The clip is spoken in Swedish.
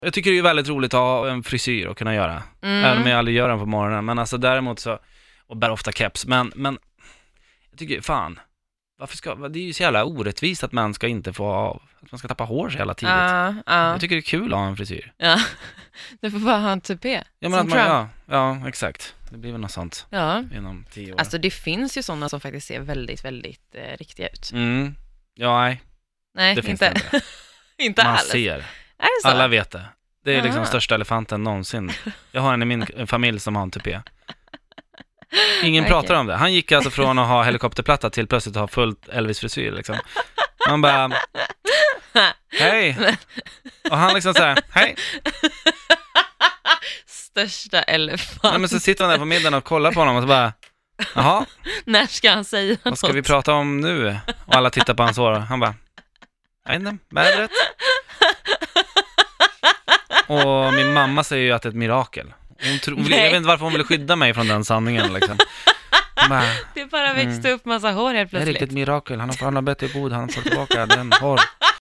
Jag tycker det är väldigt roligt att ha en frisyr och kunna göra. Även om jag aldrig gör den på morgonen. Men alltså däremot så, och bär ofta keps. Men jag tycker, fan, det är ju så jävla orättvist att man ska inte få att man ska tappa hår så jävla tidigt. Jag tycker det är kul att ha en frisyr. Ja, du får bara ha en tupé. Ja, men att ja, exakt. Det blir väl något sånt inom 10 år. Alltså det finns ju sådana som faktiskt ser väldigt, väldigt riktiga ut. Ja, nej. Det finns inte. Inte man alls. ser. Är det så? Alla vet det. Det är liksom den största elefanten någonsin. Jag har en i min familj som har en tupé. Ingen pratar om det. Han gick alltså från att ha helikopterplatta till plötsligt ha fullt Elvis-frisyr liksom. Man bara, hej. Och han liksom så här, hej. Största elefant. Nej, men så sitter man där på middagen och kollar på honom och så bara, jaha. När ska han säga vad ska vi prata om nu? Och alla tittar på hans hår. Han bara, jag vet inte, vädret. Och min mamma säger ju att det är ett mirakel. Jag vet inte varför hon ville skydda mig från den sanningen liksom. Bara, det bara växte upp massa hår helt plötsligt. Det är riktigt mirakel. Han har bett i god, han får tillbaka den hår.